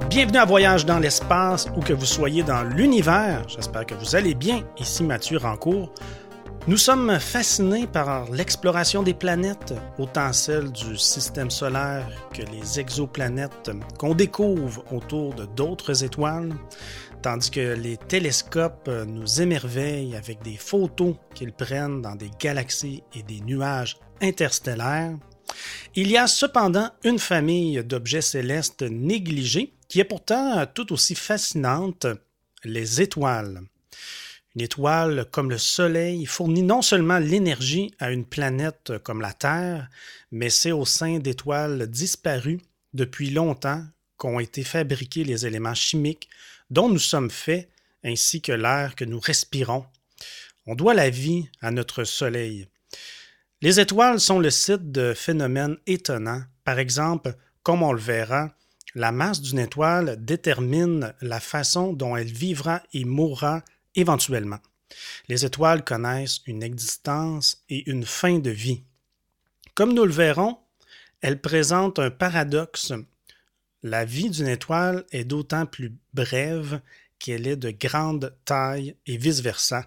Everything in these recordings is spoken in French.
Bienvenue à Voyage dans l'espace, où que vous soyez dans l'univers. J'espère que vous allez bien. Ici Mathieu Rancourt. Nous sommes fascinés par l'exploration des planètes, autant celles du système solaire que les exoplanètes qu'on découvre autour de d'autres étoiles, tandis que les télescopes nous émerveillent avec des photos qu'ils prennent dans des galaxies et des nuages interstellaires. Il y a cependant une famille d'objets célestes négligés qui est pourtant tout aussi fascinante, les étoiles. Une étoile comme le Soleil fournit non seulement l'énergie à une planète comme la Terre, mais c'est au sein d'étoiles disparues depuis longtemps qu'ont été fabriqués les éléments chimiques dont nous sommes faits, ainsi que l'air que nous respirons. On doit la vie à notre Soleil. Les étoiles sont le site de phénomènes étonnants. Par exemple, comme on le verra, la masse d'une étoile détermine la façon dont elle vivra et mourra éventuellement. Les étoiles connaissent une existence et une fin de vie. Comme nous le verrons, elles présentent un paradoxe. La vie d'une étoile est d'autant plus brève qu'elle est de grande taille et vice-versa.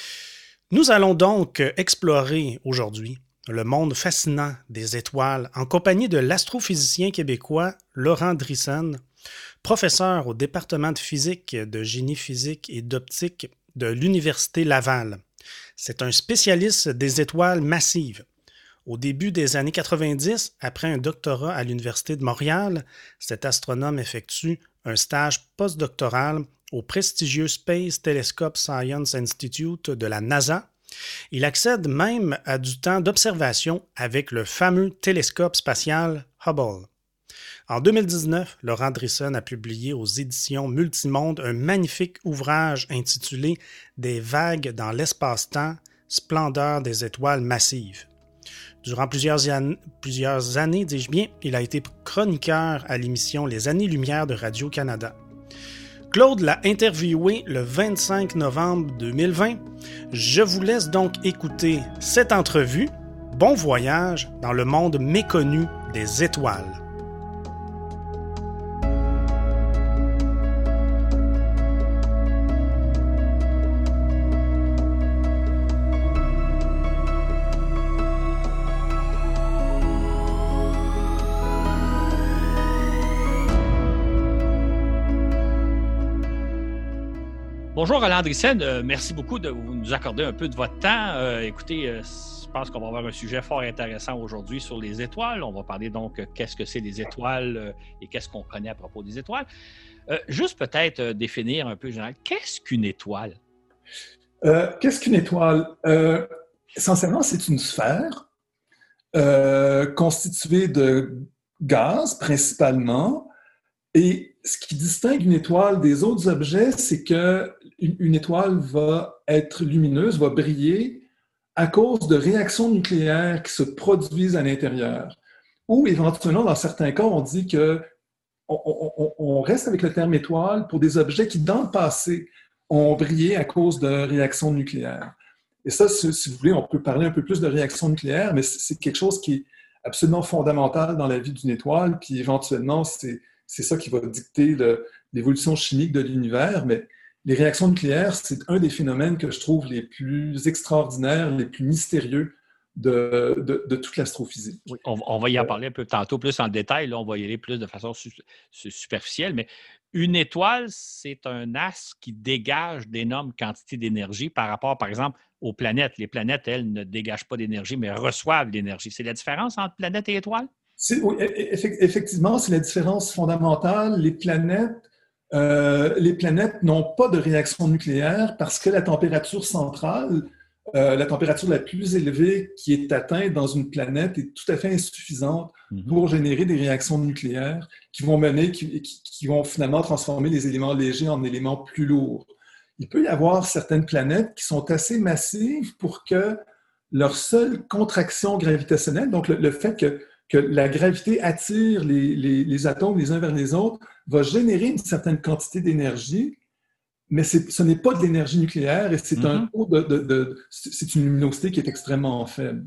Nous allons donc explorer aujourd'hui le monde fascinant des étoiles en compagnie de l'astrophysicien québécois Laurent Driessen, professeur au département de physique, de génie physique et d'optique de l'Université Laval. C'est un spécialiste des étoiles massives. Au début des années 90, après un doctorat à l'Université de Montréal, cet astronome effectue un stage postdoctoral au prestigieux Space Telescope Science Institute de la NASA. Il accède même à du temps d'observation avec le fameux télescope spatial Hubble. En 2019, Laurent Driessen a publié aux éditions Multimonde un magnifique ouvrage intitulé « Des vagues dans l'espace-temps, splendeur des étoiles massives ». Durant plusieurs années, dis-je bien, il a été chroniqueur à l'émission Les Années-Lumière de Radio-Canada. Claude l'a interviewé le 25 novembre 2020. Je vous laisse donc écouter cette entrevue. Bon voyage dans le monde méconnu des étoiles. Bonjour Alain Driessen, merci beaucoup de nous accorder un peu de votre temps. Écoutez, je pense qu'on va avoir un sujet fort intéressant aujourd'hui sur les étoiles. On va parler donc qu'est-ce que c'est les étoiles et qu'est-ce qu'on connaît à propos des étoiles. Juste peut-être définir un peu, général, qu'est-ce qu'une étoile? Qu'est-ce qu'une étoile? Essentiellement, c'est une sphère constituée de gaz principalement. Et ce qui distingue une étoile des autres objets, c'est qu'une étoile va être lumineuse, va briller à cause de réactions nucléaires qui se produisent à l'intérieur. Ou éventuellement, dans certains cas, on dit qu'on reste avec le terme étoile pour des objets qui, dans le passé, ont brillé à cause de réactions nucléaires. Et ça, si vous voulez, on peut parler un peu plus de réactions nucléaires, mais c'est quelque chose qui est absolument fondamental dans la vie d'une étoile, puis éventuellement, c'est ça qui va dicter l'évolution chimique de l'univers, mais les réactions nucléaires, c'est un des phénomènes que je trouve les plus extraordinaires, les plus mystérieux de toute l'astrophysique. Oui, on va y en parler un peu tantôt plus en détail. Là, on va y aller plus de façon superficielle, mais une étoile, c'est un astre qui dégage d'énormes quantités d'énergie par rapport, par exemple, aux planètes. Les planètes, elles, ne dégagent pas d'énergie, mais reçoivent l'énergie. C'est la différence entre planète et étoile? Oui, effectivement, c'est la différence fondamentale. Les planètes n'ont pas de réaction nucléaire parce que la température centrale, la température la plus élevée qui est atteinte dans une planète est tout à fait insuffisante pour générer des réactions nucléaires qui vont finalement transformer les éléments légers en éléments plus lourds. Il peut y avoir certaines planètes qui sont assez massives pour que leur seule contraction gravitationnelle, donc le fait que la gravité attire les atomes les uns vers les autres, va générer une certaine quantité d'énergie, mais ce n'est pas de l'énergie nucléaire et c'est un taux c'est une luminosité qui est extrêmement faible.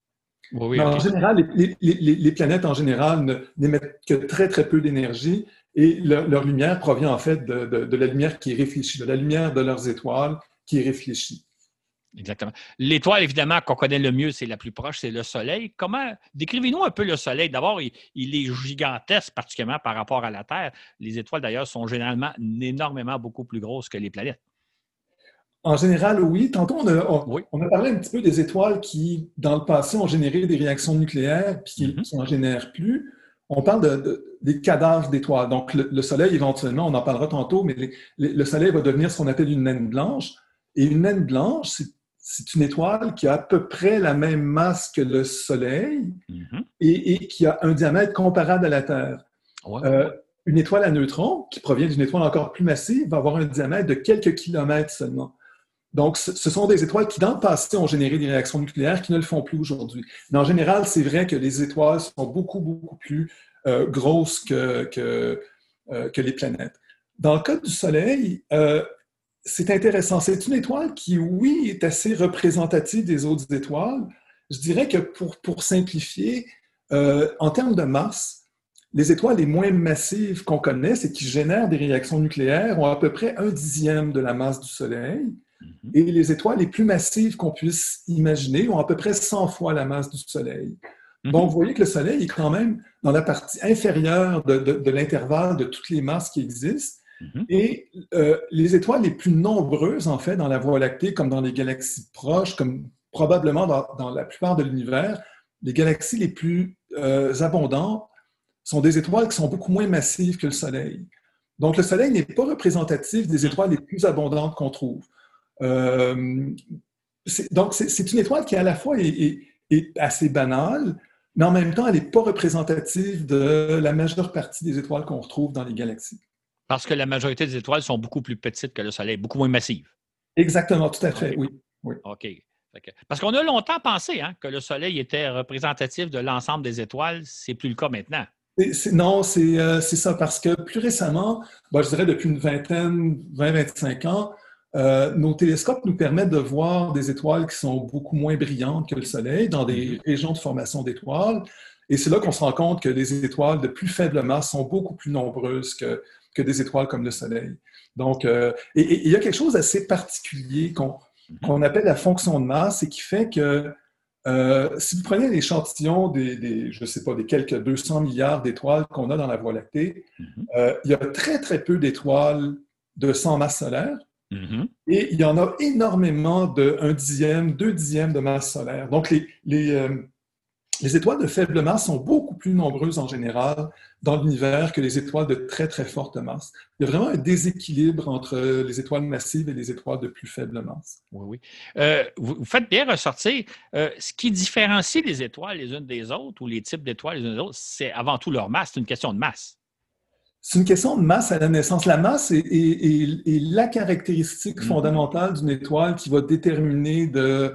Oui, mais en général, les planètes en général n'émettent que très, très peu d'énergie Et leur lumière provient en fait de la lumière qui est réfléchie, de la lumière de leurs étoiles qui est réfléchie. Exactement. L'étoile, évidemment, qu'on connaît le mieux, c'est la plus proche, c'est le Soleil. Décrivez-nous un peu le Soleil. D'abord, il est gigantesque, particulièrement par rapport à la Terre. Les étoiles, d'ailleurs, sont généralement énormément beaucoup plus grosses que les planètes. En général, oui. Tantôt, Oui. on a parlé un petit peu des étoiles qui, dans le passé, ont généré des réactions nucléaires puis qui n'en génèrent plus. On parle des cadavres d'étoiles. Donc, le Soleil, éventuellement, on en parlera tantôt, mais le Soleil va devenir ce qu'on appelle une naine blanche. Et une naine blanche, c'est une étoile qui a à peu près la même masse que le Soleil et qui a un diamètre comparable à la Terre. Une étoile à neutrons, qui provient d'une étoile encore plus massive, va avoir un diamètre de quelques kilomètres seulement. Donc, ce sont des étoiles qui, dans le passé, ont généré des réactions nucléaires qui ne le font plus aujourd'hui. Mais en général, c'est vrai que les étoiles sont beaucoup, beaucoup plus grosses que les planètes. Dans le cas du Soleil, c'est intéressant. C'est une étoile qui, oui, est assez représentative des autres étoiles. Je dirais que pour simplifier, en termes de masse, les étoiles les moins massives qu'on connaisse et qui génèrent des réactions nucléaires ont à peu près 1/10 de la masse du Soleil. Et les étoiles les plus massives qu'on puisse imaginer ont à peu près 100 fois la masse du Soleil. Donc, vous voyez que le Soleil est quand même dans la partie inférieure de l'intervalle de toutes les masses qui existent. Et les étoiles les plus nombreuses, en fait, dans la Voie lactée, comme dans les galaxies proches, comme probablement dans la plupart de l'univers, les galaxies les plus abondantes sont des étoiles qui sont beaucoup moins massives que le Soleil. Donc, le Soleil n'est pas représentatif des étoiles les plus abondantes qu'on trouve. Donc, c'est une étoile qui, à la fois, est assez banale, mais en même temps, elle n'est pas représentative de la majeure partie des étoiles qu'on retrouve dans les galaxies. Parce que la majorité des étoiles sont beaucoup plus petites que le Soleil, beaucoup moins massives. Exactement, tout à fait, oui. OK. Parce qu'on a longtemps pensé que le Soleil était représentatif de l'ensemble des étoiles. C'est plus le cas maintenant. Non, c'est ça, parce que plus récemment, je dirais depuis une vingtaine, 20-25 ans, nos télescopes nous permettent de voir des étoiles qui sont beaucoup moins brillantes que le Soleil dans des régions de formation d'étoiles. Et c'est là qu'on se rend compte que les étoiles de plus faible masse sont beaucoup plus nombreuses que des étoiles comme le Soleil. Donc, et il y a quelque chose d'assez particulier qu'on appelle la fonction de masse et qui fait que si vous prenez l'échantillon des quelques 200 milliards d'étoiles qu'on a dans la Voie lactée, il y a très, très peu d'étoiles de 100 masses solaires. Et il y en a énormément de 1/10, 2/10 de masse solaire. Donc, les étoiles de faible masse sont beaucoup plus nombreuses en général dans l'univers que les étoiles de très, très forte masse. Il y a vraiment un déséquilibre entre les étoiles massives et les étoiles de plus faible masse. Oui. Vous faites bien ressortir. Ce qui différencie les étoiles les unes des autres ou les types d'étoiles les unes des autres, c'est avant tout leur masse. C'est une question de masse. C'est une question de masse à la naissance. La masse est la caractéristique fondamentale d'une étoile qui va déterminer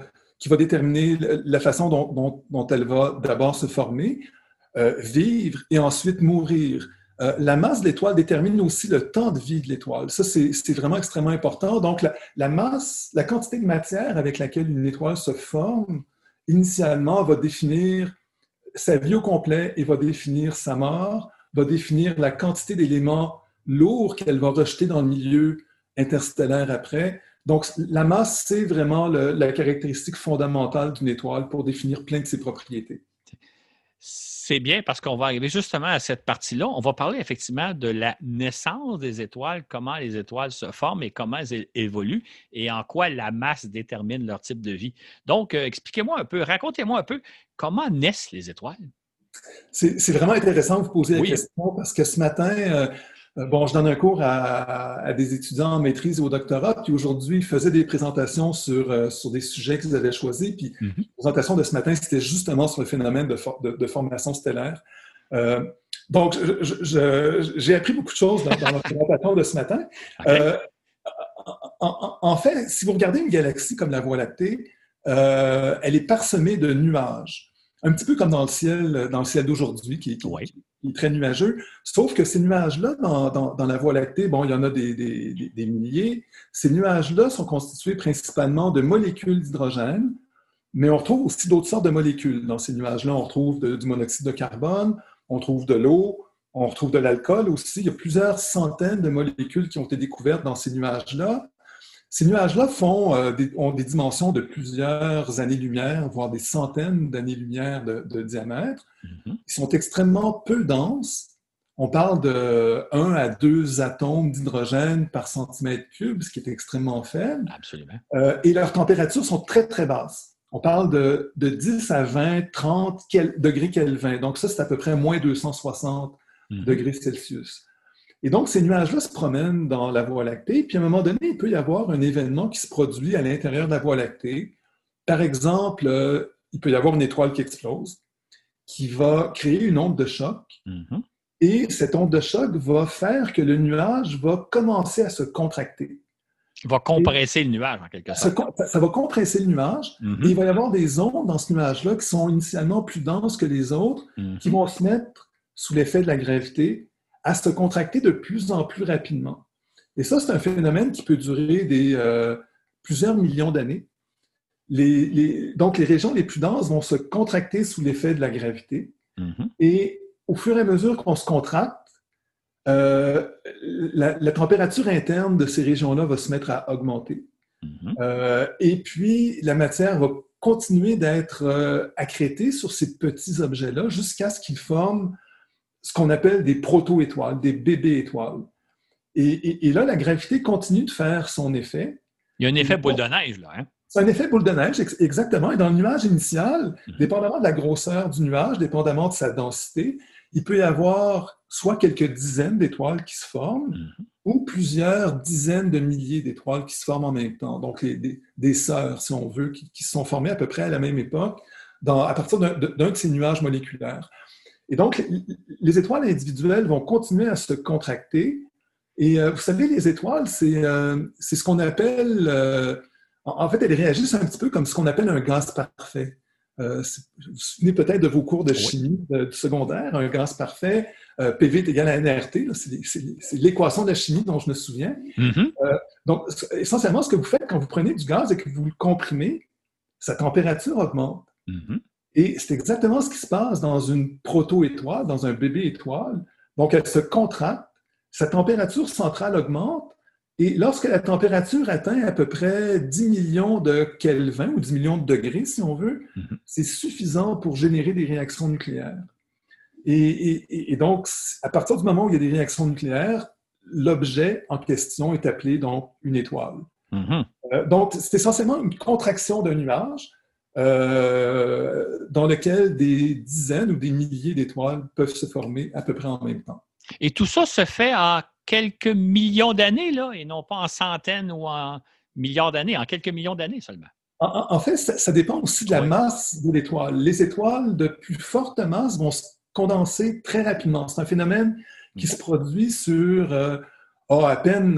la façon dont elle va d'abord se former, vivre et ensuite mourir. La masse de l'étoile détermine aussi le temps de vie de l'étoile. Ça, c'est vraiment extrêmement important. Donc, la masse, la quantité de matière avec laquelle une étoile se forme, initialement, va définir sa vie au complet et va définir sa mort, va définir la quantité d'éléments lourds qu'elle va rejeter dans le milieu interstellaire après. Donc, la masse, c'est vraiment la caractéristique fondamentale d'une étoile pour définir plein de ses propriétés. C'est bien parce qu'on va arriver justement à cette partie-là. On va parler effectivement de la naissance des étoiles, comment les étoiles se forment et comment elles évoluent et en quoi la masse détermine leur type de vie. Donc, expliquez-moi un peu, racontez-moi un peu comment naissent les étoiles. C'est vraiment intéressant de vous poser la question parce que ce matin, je donne un cours à des étudiants en maîtrise et au doctorat, puis aujourd'hui, ils faisaient des présentations sur des sujets qu'ils avaient choisis, puis la présentation de ce matin, c'était justement sur le phénomène de formation stellaire. Donc, j'ai appris beaucoup de choses dans la présentation de ce matin. Okay. En fait, si vous regardez une galaxie comme la Voie lactée, elle est parsemée de nuages. Un petit peu comme dans le ciel d'aujourd'hui, qui est très nuageux. Sauf que ces nuages-là, dans la Voie lactée, il y en a des milliers. Ces nuages-là sont constitués principalement de molécules d'hydrogène, mais on retrouve aussi d'autres sortes de molécules. Dans ces nuages-là, on retrouve du monoxyde de carbone, on trouve de l'eau, On retrouve de l'alcool aussi. Il y a plusieurs centaines de molécules qui ont été découvertes dans ces nuages-là. Ces nuages-là ont des dimensions de plusieurs années-lumière, voire des centaines d'années-lumière de diamètre. Ils sont extrêmement peu denses. On parle de 1 à 2 atomes d'hydrogène par centimètre cube, ce qui est extrêmement faible. Absolument. Et leurs températures sont très, très basses. On parle de 10 à 20, 30 degrés Kelvin. Donc ça, c'est à peu près moins 260 degrés Celsius. Et donc, ces nuages-là se promènent dans la Voie lactée, puis à un moment donné, il peut y avoir un événement qui se produit à l'intérieur de la Voie lactée. Par exemple, il peut y avoir une étoile qui explose, qui va créer une onde de choc, et cette onde de choc va faire que le nuage va commencer à se contracter. Il va compresser le nuage, en quelque sorte. Ça va compresser le nuage, et il va y avoir des ondes dans ce nuage-là qui sont initialement plus denses que les autres, qui vont se mettre sous l'effet de la gravité, à se contracter de plus en plus rapidement. Et ça, c'est un phénomène qui peut durer plusieurs millions d'années. Donc, les régions les plus denses vont se contracter sous l'effet de la gravité. Et au fur et à mesure qu'on se contracte, la température interne de ces régions-là va se mettre à augmenter. Et puis, la matière va continuer d'être accrétée sur ces petits objets-là jusqu'à ce qu'ils forment ce qu'on appelle des proto-étoiles, des bébés étoiles. Et là, la gravité continue de faire son effet. Il y a un effet boule de neige, là. Hein? C'est un effet boule de neige, exactement. Et dans le nuage initial, dépendamment de la grosseur du nuage, dépendamment de sa densité, il peut y avoir soit quelques dizaines d'étoiles qui se forment, ou plusieurs dizaines de milliers d'étoiles qui se forment en même temps. Donc, des sœurs, si on veut, qui se sont formées à peu près à la même époque, à partir d'un de ces nuages moléculaires. Et donc, les étoiles individuelles vont continuer à se contracter. Et vous savez, les étoiles, c'est ce qu'on appelle... en fait, elles réagissent un petit peu comme ce qu'on appelle un gaz parfait. Vous vous souvenez peut-être de vos cours de chimie du secondaire, un gaz parfait, PV est égal à nRT, c'est l'équation de la chimie dont je me souviens. Donc, essentiellement, ce que vous faites quand vous prenez du gaz et que vous le comprimez, sa température augmente. Et c'est exactement ce qui se passe dans une proto-étoile, dans un bébé étoile. Donc, elle se contracte, sa température centrale augmente, et lorsque la température atteint à peu près 10 millions de Kelvin, ou 10 millions de degrés, si on veut, c'est suffisant pour générer des réactions nucléaires. Et donc, à partir du moment où il y a des réactions nucléaires, l'objet en question est appelé donc une étoile. Donc, c'est essentiellement une contraction d'un nuage, dans lequel des dizaines ou des milliers d'étoiles peuvent se former à peu près en même temps. Et tout ça se fait en quelques millions d'années, là, et non pas en centaines ou en milliards d'années, en quelques millions d'années seulement. En fait, ça dépend aussi de la masse de l'étoile. Les étoiles de plus forte masse vont se condenser très rapidement. C'est un phénomène qui se produit sur à peine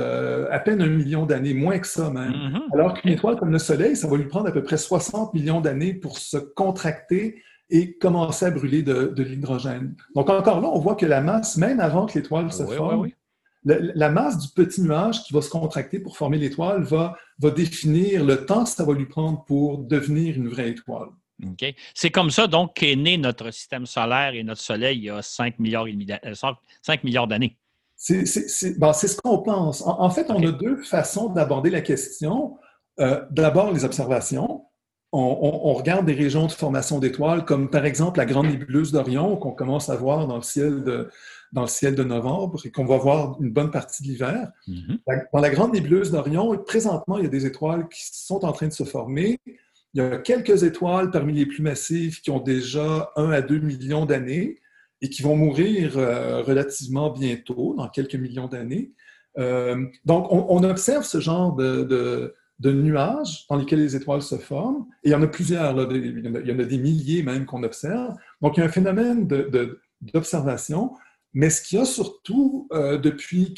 1 million d'années, moins que ça même. Alors qu'une étoile comme le Soleil, ça va lui prendre à peu près 60 millions d'années pour se contracter et commencer à brûler de l'hydrogène. Donc encore là, on voit que la masse, même avant que l'étoile se forme, la masse du petit nuage qui va se contracter pour former l'étoile va définir le temps que ça va lui prendre pour devenir une vraie étoile. OK. C'est comme ça, donc, qu'est né notre système solaire et notre Soleil il y a 5 milliards d'années. C'est ce qu'on pense. En fait, on a deux façons d'aborder la question. D'abord, les observations. On regarde des régions de formation d'étoiles, comme par exemple la grande nébuleuse d'Orion, qu'on commence à voir dans le ciel de novembre et qu'on va voir une bonne partie de l'hiver. Dans la grande nébuleuse d'Orion, présentement, il y a des étoiles qui sont en train de se former. Il y a quelques étoiles parmi les plus massives qui ont déjà 1 à 2 millions d'années et qui vont mourir relativement bientôt, dans quelques millions d'années. Donc, on observe ce genre de nuages dans lesquels les étoiles se forment. Et il y en a plusieurs, là, il y en a des milliers même qu'on observe. Donc, il y a un phénomène d'observation. Mais ce qu'il y a surtout depuis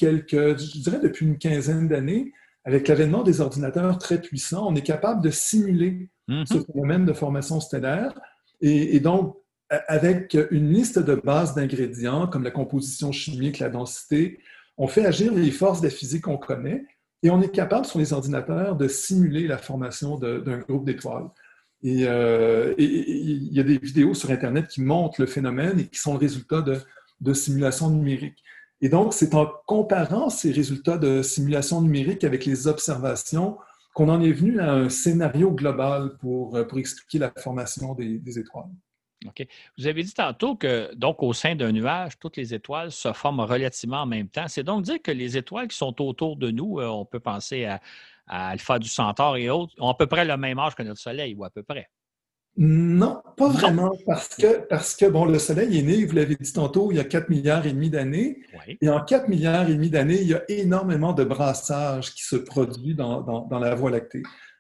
une quinzaine d'années, avec l'avènement des ordinateurs très puissants, on est capable de simuler ce phénomène de formation stellaire. Et donc, avec une liste de bases d'ingrédients, comme la composition chimique, la densité, on fait agir les forces de la physique qu'on connaît et on est capable, sur les ordinateurs, de simuler la formation d'un groupe d'étoiles. Et il y a des vidéos sur Internet qui montrent le phénomène et qui sont le résultat de simulation numérique. Et donc, c'est en comparant ces résultats de simulation numérique avec les observations qu'on en est venu à un scénario global pour expliquer la formation des étoiles. OK. Vous avez dit tantôt que, donc, au sein d'un nuage, toutes les étoiles se forment relativement en même temps. C'est donc dire que les étoiles qui sont autour de nous, on peut penser à Alpha du Centaure et autres, ont à peu près le même âge que notre Soleil, ou à peu près. Non, pas Non. vraiment, parce que bon, le Soleil est né, vous l'avez dit tantôt, il y a 4 milliards et demi d'années. Oui. Et en 4 milliards et demi d'années, il y a énormément de brassage qui se produit dans la Voie lactée.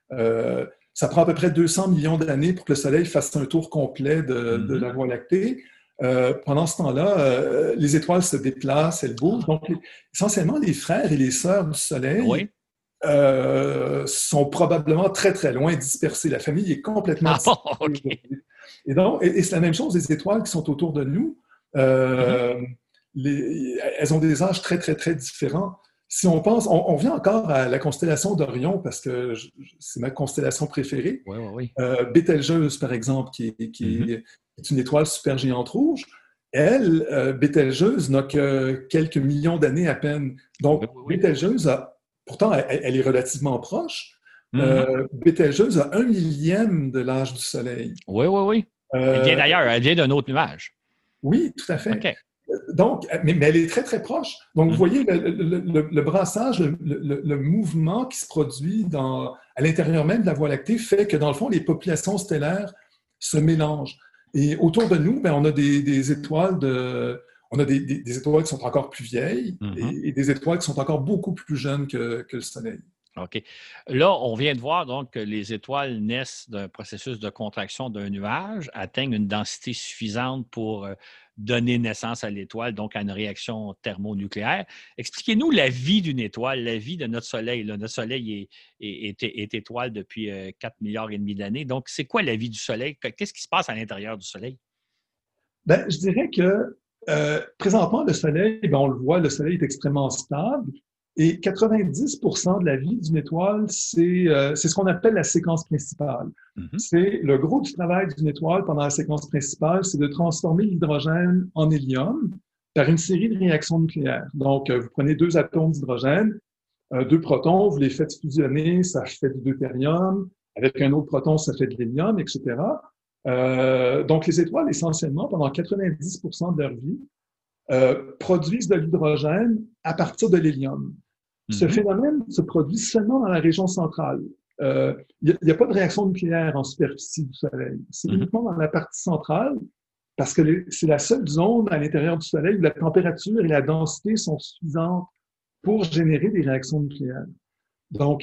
Ça prend à peu près 200 millions d'années pour que le Soleil fasse un tour complet de la Voie lactée. Pendant ce temps-là, les étoiles se déplacent, elles bougent. Donc, essentiellement, les frères et les sœurs du Soleil sont probablement très, très loin dispersés. La famille est complètement dispersée. Okay. Et c'est la même chose, les étoiles qui sont autour de nous, elles ont des âges très, très, très différents. Si on pense, on vient encore à la constellation d'Orion, parce que c'est ma constellation préférée. Oui. Bételgeuse, par exemple, qui est une étoile supergéante rouge. Elle, Bételgeuse, n'a que quelques millions d'années à peine. Donc, Bételgeuse pourtant, elle est relativement proche. Bételgeuse a 1/1000 de l'âge du Soleil. Oui. Elle vient d'ailleurs, elle vient d'un autre nuage. Oui, tout à fait. Okay. Donc, mais elle est très, très proche. Donc, vous voyez le brassage, le mouvement qui se produit à l'intérieur même de la Voie lactée fait que, dans le fond, les populations stellaires se mélangent. Et autour de nous, on a des étoiles on a des étoiles qui sont encore plus vieilles et des étoiles qui sont encore beaucoup plus jeunes que le Soleil. OK. Là, on vient de voir donc que les étoiles naissent d'un processus de contraction d'un nuage, atteignent une densité suffisante pour donner naissance à l'étoile, donc à une réaction thermonucléaire. Expliquez-nous la vie d'une étoile, la vie de notre Soleil. Là, notre Soleil est étoile depuis 4 milliards et demi d'années. Donc, c'est quoi la vie du Soleil? Qu'est-ce qui se passe à l'intérieur du Soleil? Je dirais que présentement, le Soleil, on le voit, le Soleil est extrêmement stable. Et 90% de la vie d'une étoile, c'est ce qu'on appelle la séquence principale. C'est le gros du travail d'une étoile pendant la séquence principale, c'est de transformer l'hydrogène en hélium par une série de réactions nucléaires. Donc, vous prenez 2 atomes d'hydrogène, 2 protons, vous les faites fusionner, ça fait du deutérium. Avec un autre proton, ça fait de l'hélium, etc. Donc, les étoiles, essentiellement, pendant 90% de leur vie, produisent de l'hydrogène à partir de l'hélium. Ce phénomène se produit seulement dans la région centrale. Il n'y a pas de réaction nucléaire en superficie du Soleil. C'est uniquement dans la partie centrale, parce que c'est la seule zone à l'intérieur du Soleil où la température et la densité sont suffisantes pour générer des réactions nucléaires. Donc,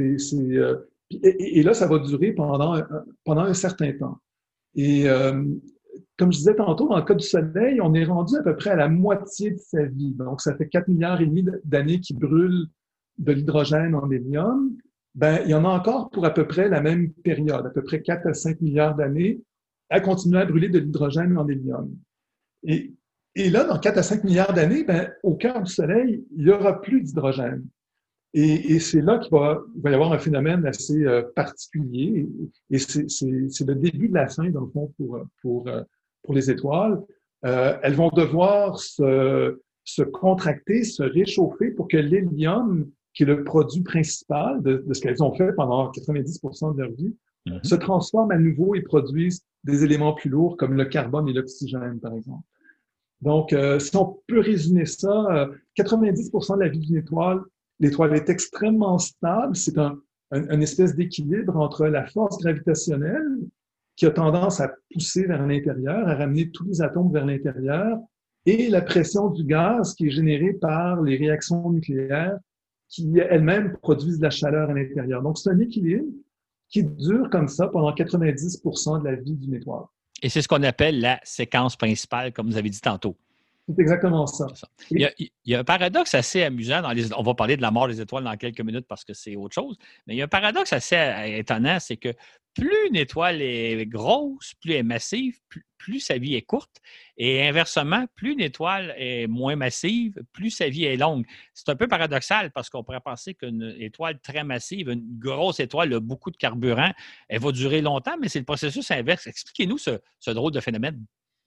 et là, ça va durer pendant un certain temps. Et comme je disais tantôt, dans le cas du Soleil, on est rendu à peu près à la moitié de sa vie. Donc, ça fait 4 milliards et demi d'années qui brûlent de l'hydrogène en hélium. Il y en a encore pour à peu près la même période, à peu près 4 à 5 milliards d'années, à continuer à brûler de l'hydrogène en hélium. Et là, dans 4 à 5 milliards d'années, au cœur du Soleil, il n'y aura plus d'hydrogène. Et c'est là qu'il va y avoir un phénomène assez particulier. Et c'est le début de la fin, dans le fond, pour les étoiles. Elles vont devoir se contracter, se réchauffer pour que l'hélium, qui est le produit principal de ce qu'elles ont fait pendant 90% de leur vie, se transforme à nouveau et produise des éléments plus lourds comme le carbone et l'oxygène, par exemple. Donc, si on peut résumer ça, 90% de la vie d'une étoile, l'étoile est extrêmement stable. C'est une espèce d'équilibre entre la force gravitationnelle qui a tendance à pousser vers l'intérieur, à ramener tous les atomes vers l'intérieur, et la pression du gaz qui est générée par les réactions nucléaires qui elles-mêmes produisent de la chaleur à l'intérieur. Donc, c'est un équilibre qui dure comme ça pendant 90% de la vie d'une étoile. Et c'est ce qu'on appelle la séquence principale, comme vous avez dit tantôt. C'est exactement ça. Il y a un paradoxe assez amusant. On va parler de la mort des étoiles dans quelques minutes parce que c'est autre chose. Mais il y a un paradoxe assez étonnant, c'est que plus une étoile est grosse, plus elle est massive, plus sa vie est courte. Et inversement, plus une étoile est moins massive, plus sa vie est longue. C'est un peu paradoxal parce qu'on pourrait penser qu'une étoile très massive, une grosse étoile a beaucoup de carburant, elle va durer longtemps, mais c'est le processus inverse. Expliquez-nous ce drôle de phénomène.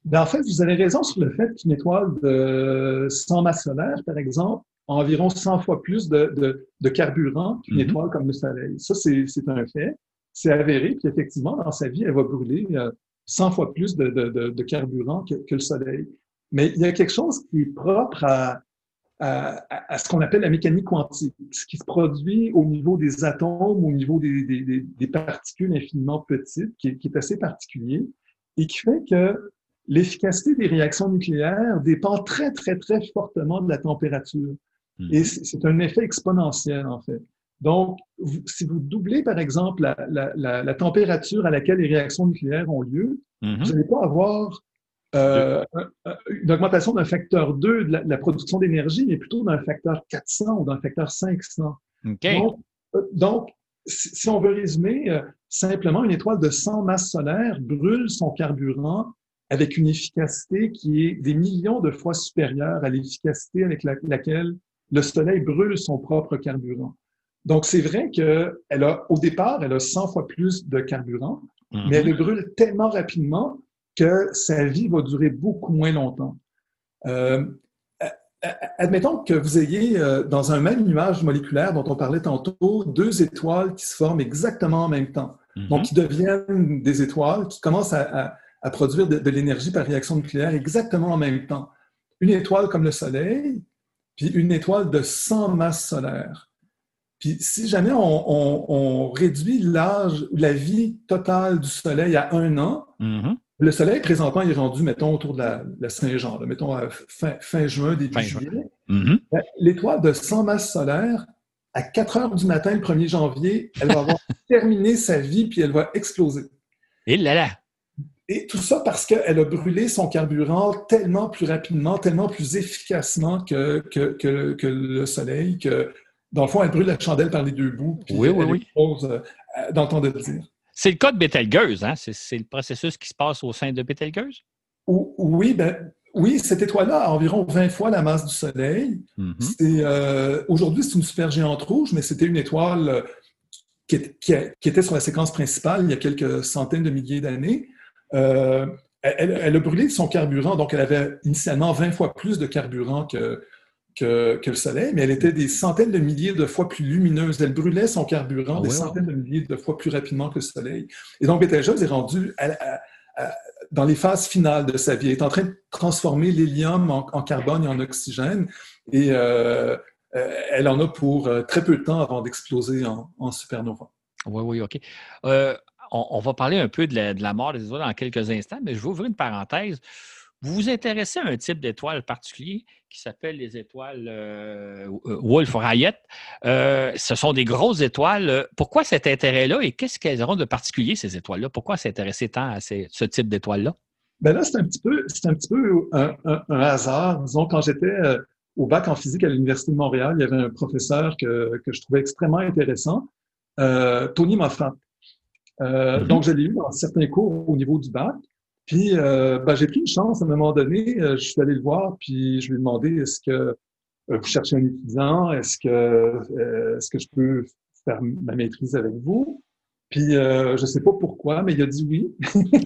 Ben, en fait, vous avez raison sur le fait qu'une étoile sans masse solaire, par exemple, a environ 100 fois plus de carburant qu'une étoile comme le Soleil. Ça, c'est un fait. C'est avéré. Puis effectivement, dans sa vie, elle va brûler 100 fois plus de carburant que le Soleil. Mais il y a quelque chose qui est propre à ce qu'on appelle la mécanique quantique, ce qui se produit au niveau des atomes, au niveau des particules infiniment petites, qui est assez particulier, et qui fait que l'efficacité des réactions nucléaires dépend très, très, très fortement de la température. Et c'est un effet exponentiel, en fait. Donc, si vous doublez, par exemple, la température à laquelle les réactions nucléaires ont lieu, vous n'allez pas avoir une augmentation d'un facteur 2 de la production d'énergie, mais plutôt d'un facteur 400 ou d'un facteur 500. Okay. Donc, si on veut résumer, simplement, une étoile de 100 masses solaires brûle son carburant avec une efficacité qui est des millions de fois supérieure à l'efficacité avec laquelle le Soleil brûle son propre carburant. Donc, c'est vrai qu'au départ, elle a 100 fois plus de carburant, mais elle le brûle tellement rapidement que sa vie va durer beaucoup moins longtemps. Admettons que vous ayez, dans un même nuage moléculaire dont on parlait tantôt, deux étoiles qui se forment exactement en même temps. Donc, qui deviennent des étoiles qui commencent à produire de l'énergie par réaction nucléaire exactement en même temps. Une étoile comme le Soleil, puis une étoile de 100 masses solaires. Puis si jamais on réduit l'âge ou la vie totale du Soleil à 1 an, le Soleil, présentement, il est rendu, mettons, autour de la Saint-Jean, là, mettons, fin juin, début juillet. L'étoile de 100 masses solaires, à 4 heures du matin, le 1er janvier, elle va avoir terminé sa vie, puis elle va exploser. Et là là! Et tout ça parce qu'elle a brûlé son carburant tellement plus rapidement, tellement plus efficacement que le Soleil, que, dans le fond, elle brûle la chandelle par les deux bouts, puis elle explose dans le temps de le dire. C'est le cas de Bételgeuse, hein? C'est le processus qui se passe au sein de Bételgeuse? Oui, cette étoile-là a environ 20 fois la masse du Soleil. Aujourd'hui, c'est une supergéante rouge, mais c'était une étoile qui était sur la séquence principale il y a quelques centaines de milliers d'années. Elle a brûlé son carburant, donc elle avait initialement 20 fois plus de carburant que le Soleil, mais elle était des centaines de milliers de fois plus lumineuse. Elle brûlait son carburant des centaines de milliers de fois plus rapidement que le Soleil. Et donc, Bételgeuse est rendue dans les phases finales de sa vie. Elle est en train de transformer l'hélium en carbone et en oxygène, et elle en a pour très peu de temps avant d'exploser en supernova. Oui, OK. On va parler un peu de la mort des étoiles dans quelques instants, mais je vais ouvrir une parenthèse. Vous vous intéressez à un type d'étoile particulier qui s'appelle les étoiles Wolf-Rayet. Ce sont des grosses étoiles. Pourquoi cet intérêt-là et qu'est-ce qu'elles auront de particulier, ces étoiles-là? Pourquoi s'intéresser tant à ce type d'étoiles-là? Ben là, c'est un petit peu un hasard. Disons, quand j'étais au bac en physique à l'Université de Montréal, il y avait un professeur que je trouvais extrêmement intéressant, Tony Moffat. Donc, je l'ai eu dans certains cours au niveau du bac. Puis, j'ai pris une chance à un moment donné. Je suis allé le voir, puis je lui ai demandé est-ce que vous cherchez un étudiant? Est-ce que je peux faire ma maîtrise avec vous? Puis, je ne sais pas pourquoi, mais il a dit oui.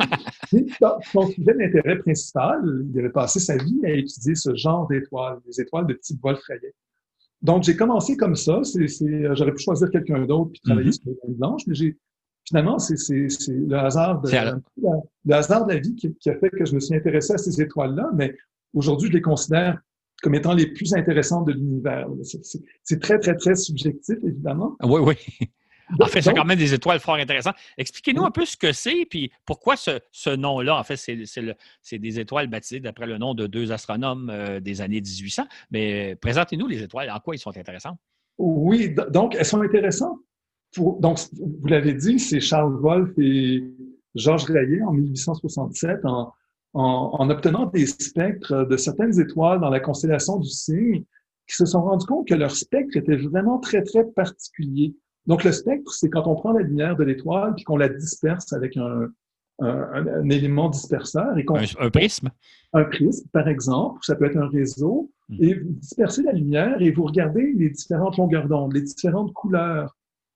Son sujet d'intérêt principal, il avait passé sa vie à étudier ce genre d'étoiles, des étoiles de type Wolf-Rayet. Donc, j'ai commencé comme ça. J'aurais pu choisir quelqu'un d'autre puis travailler sur les lignes blanches, mais finalement, c'est le hasard de la vie qui a fait que je me suis intéressé à ces étoiles-là, mais aujourd'hui, je les considère comme étant les plus intéressantes de l'univers. C'est très, très, très subjectif, évidemment. Oui. En fait, c'est quand même des étoiles fort intéressantes. Expliquez-nous un peu ce que c'est, puis pourquoi ce nom-là. En fait, c'est des étoiles baptisées d'après le nom de deux astronomes des années 1800. Mais présentez-nous les étoiles. En quoi ils sont intéressantes? Oui, donc elles sont intéressantes. Donc, vous l'avez dit, c'est Charles Wolf et Georges Rayet en 1867 en obtenant des spectres de certaines étoiles dans la constellation du Cygne qui se sont rendus compte que leur spectre était vraiment très, très particulier. Donc, le spectre, c'est quand on prend la lumière de l'étoile puis qu'on la disperse avec un élément disperseur. Et un prisme? Un prisme, par exemple. Ça peut être un réseau. Et vous dispersez la lumière et vous regardez les différentes longueurs d'onde, les différentes couleurs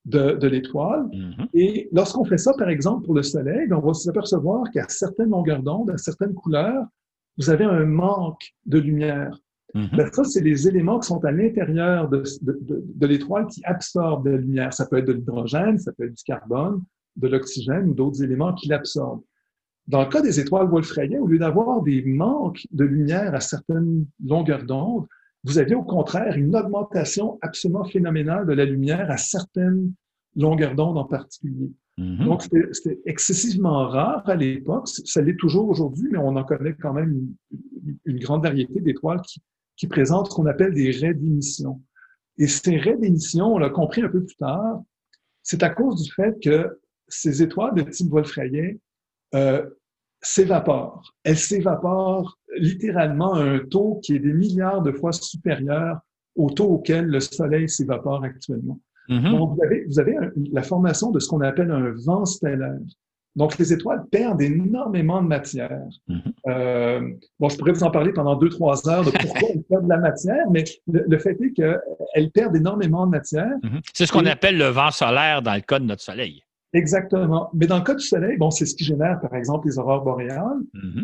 de l'étoile. Mhm. Et lorsqu'on fait ça, par exemple, pour le Soleil, on va s'apercevoir qu'à certaines longueurs d'onde, à certaines couleurs, vous avez un manque de lumière. Mhm. Ça, c'est les éléments qui sont à l'intérieur de l'étoile qui absorbent de la lumière. Ça peut être de l'hydrogène, ça peut être du carbone, de l'oxygène ou d'autres éléments qui l'absorbent. Dans le cas des étoiles wolfrayées, au lieu d'avoir des manques de lumière à certaines longueurs d'onde, vous avez au contraire une augmentation absolument phénoménale de la lumière à certaines longueurs d'onde en particulier. Mhm. Donc, c'était excessivement rare à l'époque. Ça l'est toujours aujourd'hui, mais on en connaît quand même une grande variété d'étoiles qui présentent ce qu'on appelle des raies d'émission. Et ces raies d'émission, on l'a compris un peu plus tard, c'est à cause du fait que ces étoiles de type wolfrayien s'évaporent. Elles s'évaporent littéralement à un taux qui est des milliards de fois supérieur au taux auquel le Soleil s'évapore actuellement. Mhm. Donc, vous avez la formation de ce qu'on appelle un vent stellaire. Donc, les étoiles perdent énormément de matière. Mhm. Je pourrais vous en parler pendant 2-3 heures de pourquoi elles perdent de la matière, mais le fait est qu'elles perdent énormément de matière. Mhm. C'est ce qu'on appelle le vent solaire dans le cas de notre Soleil. Exactement. Mais dans le cas du Soleil, c'est ce qui génère, par exemple, les aurores boréales. Mhm.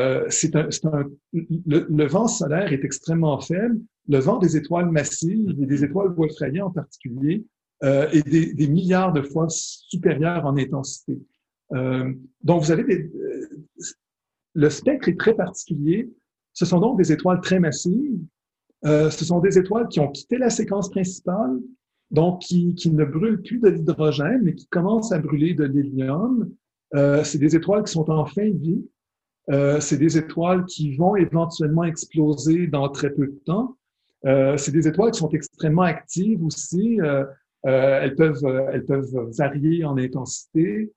Le vent solaire est extrêmement faible. Le vent des étoiles massives et des étoiles wolfrayées en particulier est des milliards de fois supérieur en intensité. Donc, vous avez le spectre est très particulier. Ce sont donc des étoiles très massives. Ce sont des étoiles qui ont quitté la séquence principale, donc qui ne brûlent plus de l'hydrogène, mais qui commencent à brûler de l'hélium. C'est des étoiles qui sont en fin de vie. C'est des étoiles qui vont éventuellement exploser dans très peu de temps. C'est des étoiles qui sont extrêmement actives aussi. Elles peuvent varier en intensité.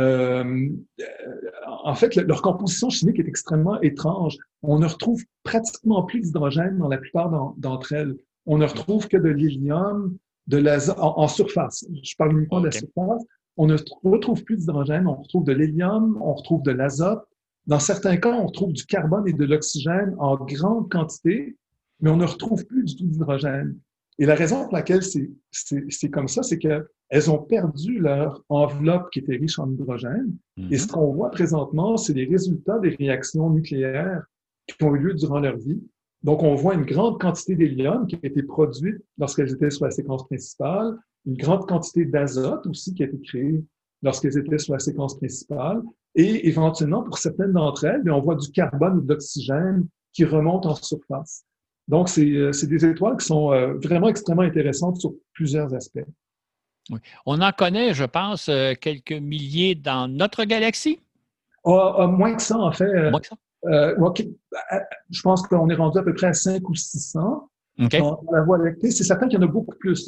En fait, leur composition chimique est extrêmement étrange. On ne retrouve pratiquement plus d'hydrogène dans la plupart d'entre elles. On ne retrouve que de l'hélium, de l'azote en surface. Je parle uniquement de la surface. On ne retrouve plus d'hydrogène, on retrouve de l'hélium, on retrouve de l'azote. Dans certains cas, on retrouve du carbone et de l'oxygène en grande quantité, mais on ne retrouve plus du tout d'hydrogène. Et la raison pour laquelle c'est comme ça, c'est qu'elles ont perdu leur enveloppe qui était riche en hydrogène. Mm-hmm. Et ce qu'on voit présentement, c'est les résultats des réactions nucléaires qui ont eu lieu durant leur vie. Donc, on voit une grande quantité d'hélium qui a été produite lorsqu'elles étaient sur la séquence principale, une grande quantité d'azote aussi qui a été créée lorsqu'elles étaient sur la séquence principale. Et éventuellement, pour certaines d'entre elles, on voit du carbone et de l'oxygène qui remontent en surface. Donc, c'est des étoiles qui sont vraiment extrêmement intéressantes sur plusieurs aspects. Oui. On en connaît, je pense, quelques milliers dans notre galaxie? Moins que ça, en fait. Moins que ça? Je pense qu'on est rendu à peu près à 500 ou 600 okay. dans la Voie lactée. C'est certain qu'il y en a beaucoup plus.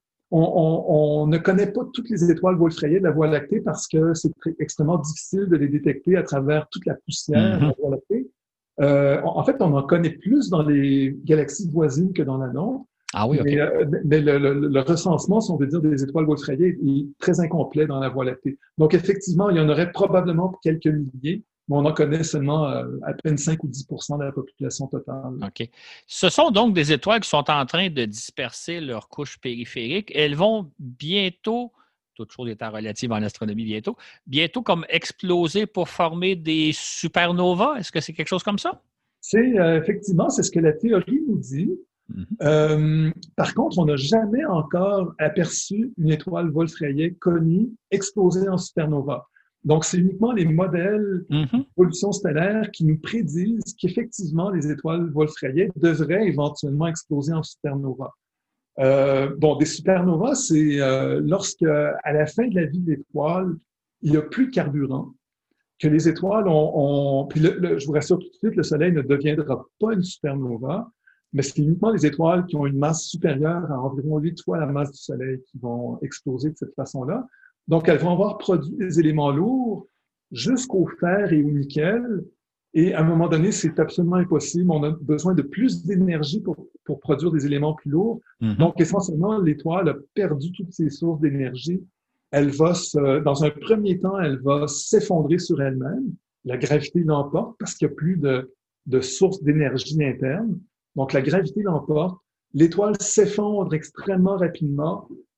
On ne connaît pas toutes les étoiles wolfrayées de la Voie lactée parce que c'est extrêmement difficile de les détecter à travers toute la poussière de la Voie lactée. En fait, on en connaît plus dans les galaxies voisines que dans la nôtre. Ah oui, OK. Mais le recensement, si on veut dire, des étoiles wolfrayées est très incomplet dans la Voie lactée. Donc, effectivement, il y en aurait probablement quelques milliers, mais on en connaît seulement à peine 5 ou 10% de la population totale. OK. Ce sont donc des étoiles qui sont en train de disperser leur couche périphérique. Elles vont bientôt, toute chose étant relative en astronomie bientôt comme exploser pour former des supernovas. Est-ce que c'est quelque chose comme ça? Effectivement, c'est ce que la théorie nous dit. Mm-hmm. Par contre, on n'a jamais encore aperçu une étoile wolfrayée connue exploser en supernova. Donc, c'est uniquement les modèles d'évolution stellaire qui nous prédisent qu'effectivement, les étoiles wolfrayées devraient éventuellement exploser en supernova. Des supernovas, c'est lorsque, à la fin de la vie de l'étoile, il n'y a plus de carburant, que les étoiles puis je vous rassure tout de suite, le Soleil ne deviendra pas une supernova, mais c'est uniquement les étoiles qui ont une masse supérieure à environ 8 fois la masse du Soleil qui vont exploser de cette façon-là. Donc, elles vont avoir produit des éléments lourds jusqu'au fer et au nickel. Et à un moment donné, c'est absolument impossible. On a besoin de plus d'énergie pour produire des éléments plus lourds. Mm-hmm. Donc, essentiellement, l'étoile a perdu toutes ses sources d'énergie. Elle va dans un premier temps, elle va s'effondrer sur elle-même. La gravité l'emporte parce qu'il n'y a plus de source d'énergie interne. Donc, la gravité l'emporte. L'étoile s'effondre extrêmement rapidement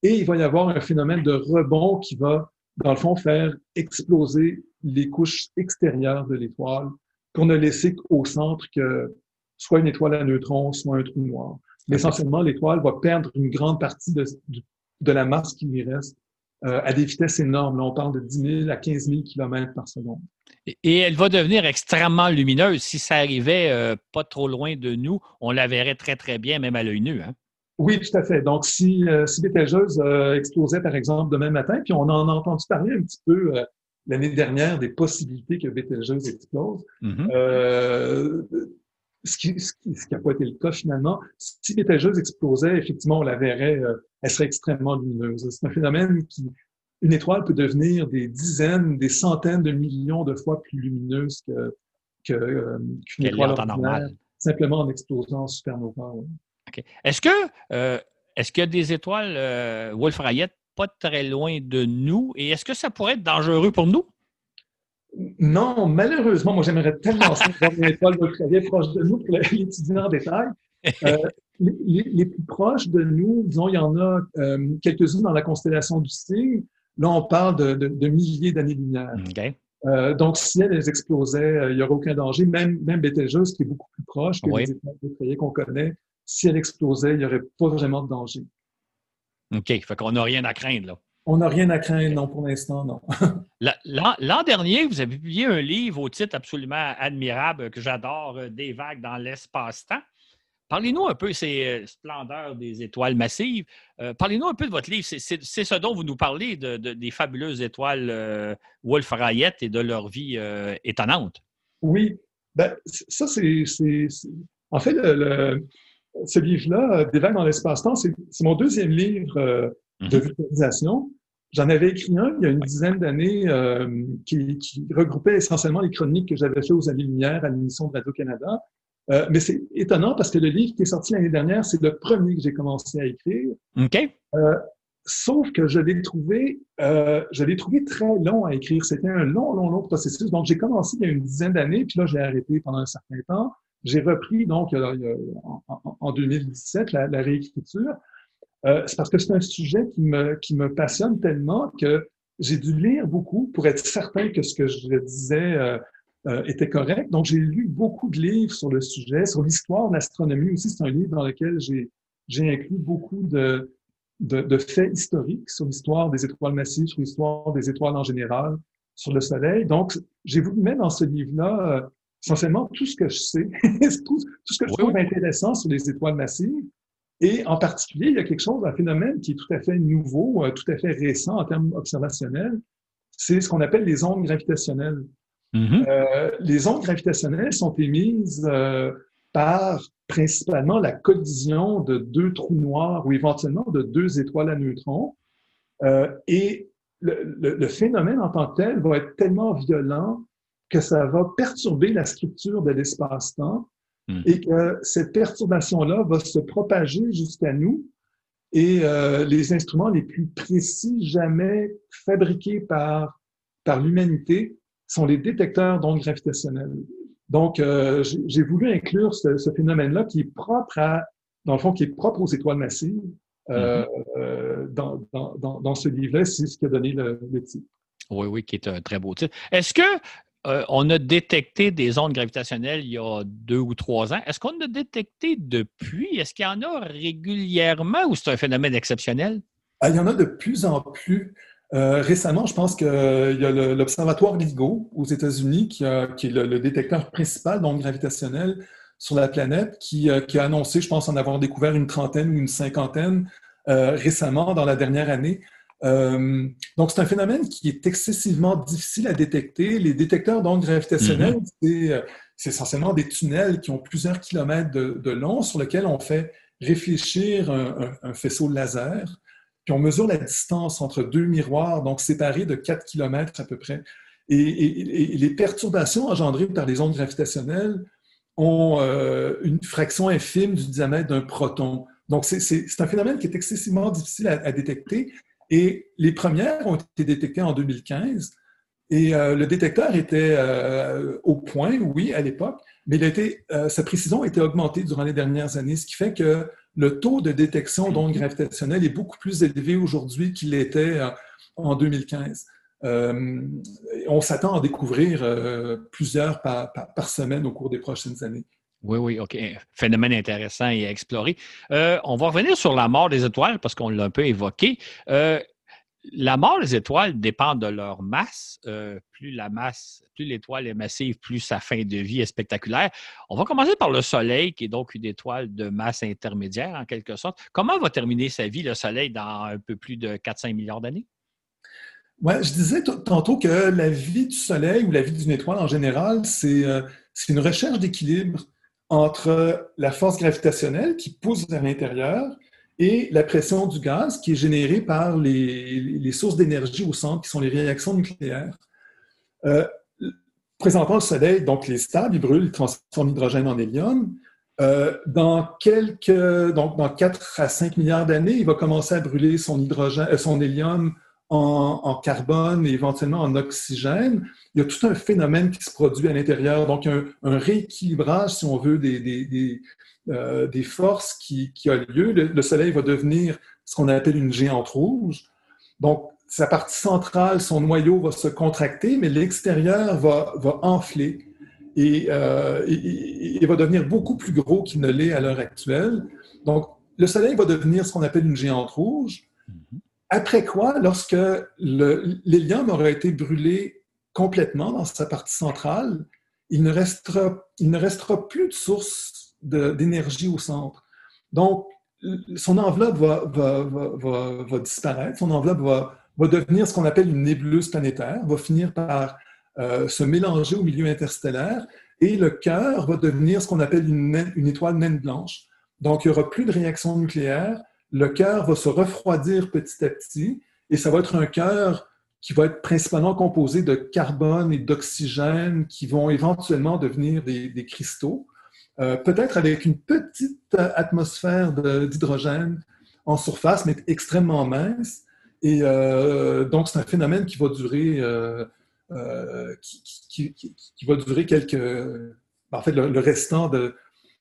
et il va y avoir un phénomène de rebond qui va, dans le fond, faire exploser les couches extérieures de l'étoile pour ne laisser qu'au centre que soit une étoile à neutrons, soit un trou noir. Mais essentiellement, l'étoile va perdre une grande partie de la masse qui lui reste à des vitesses énormes. Là, on parle de 10 000 à 15 000 km par seconde. Et elle va devenir extrêmement lumineuse. Si ça arrivait pas trop loin de nous, on la verrait très, très bien, même à l'œil nu. Hein? Oui, tout à fait. Donc, si Bételgeuse explosait, par exemple, demain matin, puis on en a entendu parler un petit peu l'année dernière des possibilités que Bételgeuse explose, ce qui n'a pas été le cas finalement. Si Bételgeuse explosait, effectivement, on la verrait, elle serait extrêmement lumineuse. C'est un phénomène une étoile peut devenir des dizaines, des centaines de millions de fois plus lumineuse qu'une étoile ordinaire, simplement en explosant en supernova. Ouais. Okay. Est-ce qu'il y a des étoiles Wolf-Rayet pas très loin de nous et est-ce que ça pourrait être dangereux pour nous? Non, malheureusement, moi j'aimerais tellement avoir une étoile Wolf-Rayet proche de nous pour l'étudier en détail. Les plus proches de nous, disons, il y en a quelques-unes dans la constellation du Cygne. Là, on parle de milliers d'années-lumière. Okay. Donc, si elles explosaient, il n'y aurait aucun danger. Même Bételgeuse, qui est beaucoup plus proche que les étoiles Wolf-Rayet qu'on connaît, si elle explosait, il n'y aurait pas vraiment de danger. OK. Fait qu'on n'a rien à craindre, là. On n'a rien à craindre, non, pour l'instant, non. L'an dernier, vous avez publié un livre au titre absolument admirable que j'adore, Des vagues dans l'espace-temps. Parlez-nous un peu ces splendeurs des étoiles massives. Parlez-nous un peu de votre livre. C'est ce dont vous nous parlez, des fabuleuses étoiles Wolf-Rayet et de leur vie étonnante. Oui. Ben, ça, c'est... En fait, ce livre-là, Des vagues dans l'espace-temps, c'est mon deuxième livre de vulgarisation. J'en avais écrit un il y a une dizaine d'années qui regroupait essentiellement les chroniques que j'avais fait aux Années-Lumière à l'émission de Radio-Canada. Mais c'est étonnant parce que le livre qui est sorti l'année dernière, c'est le premier que j'ai commencé à écrire. OK. Sauf que je l'ai trouvé très long à écrire. C'était un long processus. Donc, j'ai commencé il y a une dizaine d'années, puis là, j'ai arrêté pendant un certain temps. J'ai repris, donc, en 2017, la réécriture. C'est parce que c'est un sujet qui me passionne tellement que j'ai dû lire beaucoup pour être certain que ce que je disais était correct. Donc, j'ai lu beaucoup de livres sur le sujet, sur l'histoire de l'astronomie aussi. C'est un livre dans lequel j'ai inclus beaucoup de faits historiques sur l'histoire des étoiles massives, sur l'histoire des étoiles en général, sur le Soleil. Donc, j'ai voulu mettre dans ce livre-là essentiellement tout ce que je sais, tout ce que je trouve intéressant sur les étoiles massives. Et en particulier, il y a quelque chose, un phénomène qui est tout à fait nouveau, tout à fait récent en termes observationnels. C'est ce qu'on appelle les ondes gravitationnelles. Les ondes gravitationnelles sont émises par principalement la collision de deux trous noirs ou éventuellement de deux étoiles à neutrons. Et le phénomène en tant que tel va être tellement violent que ça va perturber la structure de l'espace-temps et que cette perturbation-là va se propager jusqu'à nous. Et les instruments les plus précis jamais fabriqués par l'humanité sont les détecteurs d'ondes gravitationnelles. Donc, j'ai voulu inclure ce phénomène-là qui est propre dans le fond, qui est propre aux étoiles massives dans ce livre-là. C'est ce qui a donné le titre. Oui, qui est un très beau titre. Est-ce que on a détecté des ondes gravitationnelles il y a 2 ou 3 ans? Est-ce qu'on a détecté depuis? Est-ce qu'il y en a régulièrement ou c'est un phénomène exceptionnel? Il y en a de plus en plus. Récemment, je pense qu'il y a l'observatoire LIGO aux États-Unis qui est le détecteur principal d'ondes gravitationnelles sur la planète qui a annoncé, je pense, en avoir découvert une trentaine ou une cinquantaine récemment dans la dernière année. Donc, c'est un phénomène qui est excessivement difficile à détecter. Les détecteurs d'ondes gravitationnelles, c'est essentiellement des tunnels qui ont plusieurs kilomètres de long sur lesquels on fait réfléchir un faisceau laser. Puis on mesure la distance entre deux miroirs, donc séparés de 4 km à peu près. Et les perturbations engendrées par les ondes gravitationnelles ont une fraction infime du diamètre d'un proton. Donc, c'est un phénomène qui est excessivement difficile à détecter. Et les premières ont été détectées en 2015. Et le détecteur était au point, oui, à l'époque, mais sa précision a été augmentée durant les dernières années, ce qui fait que le taux de détection d'ondes gravitationnelles est beaucoup plus élevé aujourd'hui qu'il l'était en 2015. On s'attend à découvrir plusieurs par semaine au cours des prochaines années. Oui, oui, OK. Phénomène intéressant et à explorer. On va revenir sur la mort des étoiles parce qu'on l'a un peu évoqué. La mort des étoiles dépend de leur masse. Plus l'étoile est massive, plus sa fin de vie est spectaculaire. On va commencer par le Soleil, qui est donc une étoile de masse intermédiaire, en quelque sorte. Comment va terminer sa vie, le Soleil, dans un peu plus de 4-5 milliards d'années? Oui, je disais tantôt que la vie du Soleil ou la vie d'une étoile en général, c'est une recherche d'équilibre entre la force gravitationnelle qui pousse vers l'intérieur et la pression du gaz qui est générée par les sources d'énergie au centre, qui sont les réactions nucléaires. Présentement, le Soleil, donc, il est stable, il brûle, il transforme l'hydrogène en hélium. Dans 4 à 5 milliards d'années, il va commencer à brûler son hélium en carbone et éventuellement en oxygène. Il y a tout un phénomène qui se produit à l'intérieur, donc un rééquilibrage, si on veut, des forces qui a lieu. Le Soleil va devenir ce qu'on appelle une géante rouge. Donc, sa partie centrale, son noyau va se contracter, mais l'extérieur va enfler et va devenir beaucoup plus gros qu'il ne l'est à l'heure actuelle. Donc, le Soleil va devenir ce qu'on appelle une géante rouge. Après quoi, lorsque l'hélium aura été brûlé complètement dans sa partie centrale, il ne restera plus de source d'énergie au centre. Donc, son enveloppe va disparaître, son enveloppe va devenir ce qu'on appelle une nébuleuse planétaire, va finir par se mélanger au milieu interstellaire, et le cœur va devenir ce qu'on appelle une étoile naine blanche. Donc, il n'y aura plus de réaction nucléaire, le cœur va se refroidir petit à petit, et ça va être un cœur qui va être principalement composé de carbone et d'oxygène qui vont éventuellement devenir des cristaux, peut-être avec une petite atmosphère d'hydrogène en surface, mais extrêmement mince. Et donc, c'est un phénomène qui va durer, qui va durer en fait, le restant de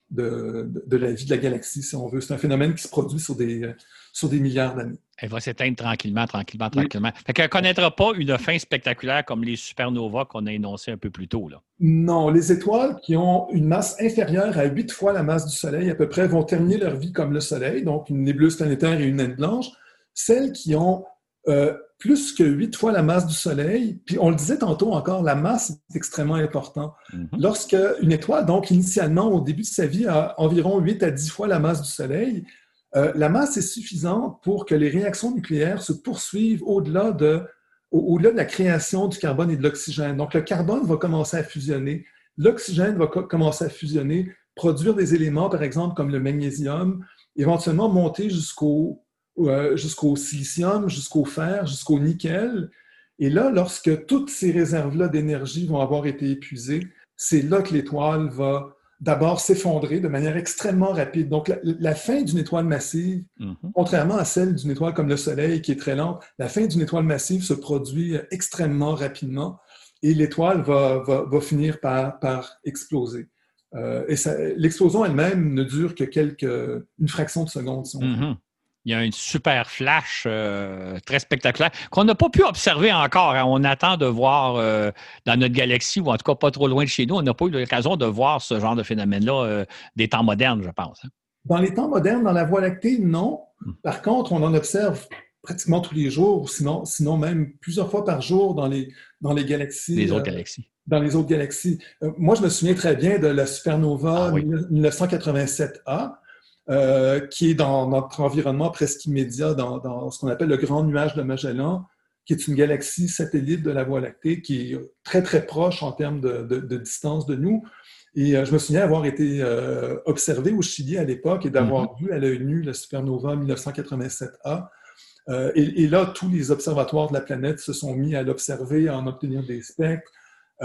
la vie de la galaxie, si on veut. C'est un phénomène qui se produit sur des milliards d'années. Elle va s'éteindre tranquillement. Oui. Fait qu'elle ne connaîtra pas une fin spectaculaire comme les supernovas qu'on a énoncées un peu plus tôt, là. Non, les étoiles qui ont une masse inférieure à 8 fois la masse du Soleil, à peu près, vont terminer leur vie comme le Soleil, donc une nébuleuse planétaire et une naine blanche. Celles qui ont plus que 8 fois la masse du Soleil, puis on le disait tantôt encore, la masse est extrêmement importante. Lorsque une étoile, donc initialement, au début de sa vie, a environ 8 à 10 fois la masse du Soleil, la masse est suffisante pour que les réactions nucléaires se poursuivent au-delà de la création du carbone et de l'oxygène. Donc, le carbone va commencer à fusionner, l'oxygène va commencer à fusionner, produire des éléments, par exemple, comme le magnésium, éventuellement monter jusqu'au silicium, jusqu'au fer, jusqu'au nickel. Et là, lorsque toutes ces réserves-là d'énergie vont avoir été épuisées, c'est là que l'étoile va d'abord s'effondrer de manière extrêmement rapide. Donc, la fin d'une étoile massive, contrairement à celle d'une étoile comme le Soleil qui est très lente, la fin d'une étoile massive se produit extrêmement rapidement et l'étoile va finir par exploser. Et l'explosion elle-même ne dure que une fraction de seconde, si on veut. Il y a une super flash très spectaculaire qu'on n'a pas pu observer encore. Hein. On attend de voir dans notre galaxie, ou en tout cas pas trop loin de chez nous, on n'a pas eu l'occasion de voir ce genre de phénomène-là des temps modernes, je pense. Hein. Dans les temps modernes, dans la Voie lactée, non. Par contre, on en observe pratiquement tous les jours, sinon même plusieurs fois par jour dans les galaxies. Les autres galaxies. Dans les autres galaxies. Moi, je me souviens très bien de la supernova 1987A, qui est dans notre environnement presque immédiat, dans ce qu'on appelle le Grand Nuage de Magellan, qui est une galaxie satellite de la Voie lactée, qui est très, très proche en termes de distance de nous. Et je me souviens avoir été observé au Chili à l'époque et d'avoir vu à l'œil nu la supernova 1987A. Et là, tous les observatoires de la planète se sont mis à l'observer, à en obtenir des spectres. Ça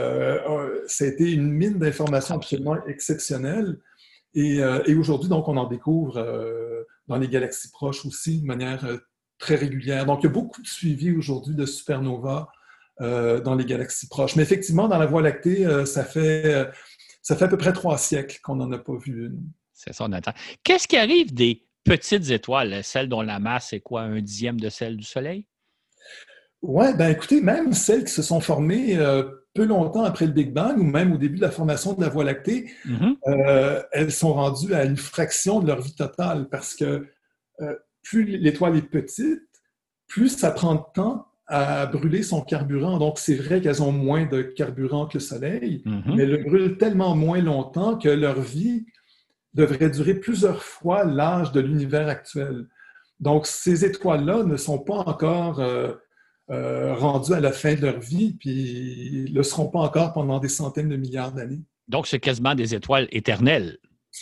a été une mine d'informations absolument exceptionnelle. Et aujourd'hui, donc, on en découvre dans les galaxies proches aussi de manière très régulière. Donc, il y a beaucoup de suivi aujourd'hui de supernovas dans les galaxies proches. Mais effectivement, dans la Voie lactée, ça fait à peu près 3 siècles qu'on n'en a pas vu une. C'est ça, on attend. Qu'est-ce qui arrive des petites étoiles, celles dont la masse est quoi, 1/10 de celle du Soleil? Oui, ben écoutez, même celles qui se sont formées peu longtemps après le Big Bang, ou même au début de la formation de la Voie lactée, elles sont rendues à une fraction de leur vie totale, parce que plus l'étoile est petite, plus ça prend de temps à brûler son carburant. Donc, c'est vrai qu'elles ont moins de carburant que le Soleil, mais elles le brûlent tellement moins longtemps que leur vie devrait durer plusieurs fois l'âge de l'univers actuel. Donc, ces étoiles-là ne sont pas encore rendues à la fin de leur vie, puis ne le seront pas encore pendant des centaines de milliards d'années. Donc, c'est quasiment des étoiles éternelles.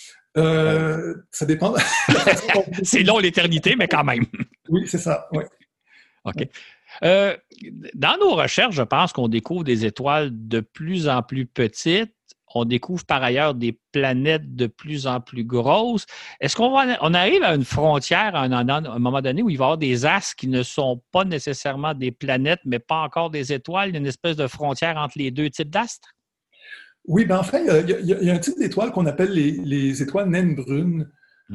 Ça dépend. C'est long l'éternité, mais quand même. Oui, c'est ça. Oui. OK. Dans nos recherches, je pense qu'on découvre des étoiles de plus en plus petites. On découvre par ailleurs des planètes de plus en plus grosses. Est-ce qu'on arrive à une frontière à un moment donné où il va y avoir des astres qui ne sont pas nécessairement des planètes, mais pas encore des étoiles? Il y a une espèce de frontière entre les deux types d'astres? Oui, ben enfin, il y a un type d'étoiles qu'on appelle les étoiles naines brunes.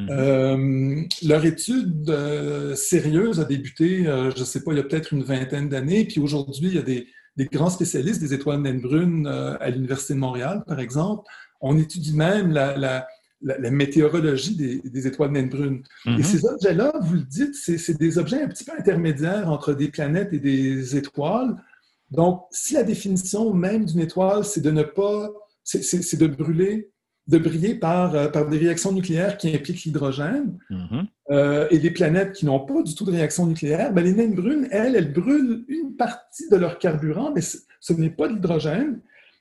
Leur étude sérieuse a débuté, je ne sais pas, il y a peut-être une vingtaine d'années. Puis aujourd'hui, il y a des grands spécialistes des étoiles naines brunes à l'Université de Montréal, par exemple. On étudie même la météorologie des étoiles naines brunes. Et ces objets-là, vous le dites, c'est des objets un petit peu intermédiaires entre des planètes et des étoiles. Donc, si la définition même d'une étoile, c'est de ne pas... c'est de briller par des réactions nucléaires qui impliquent l'hydrogène, et des planètes qui n'ont pas du tout de réaction nucléaire, ben les naines brunes, elles brûlent une partie de leur carburant, mais ce n'est pas de l'hydrogène.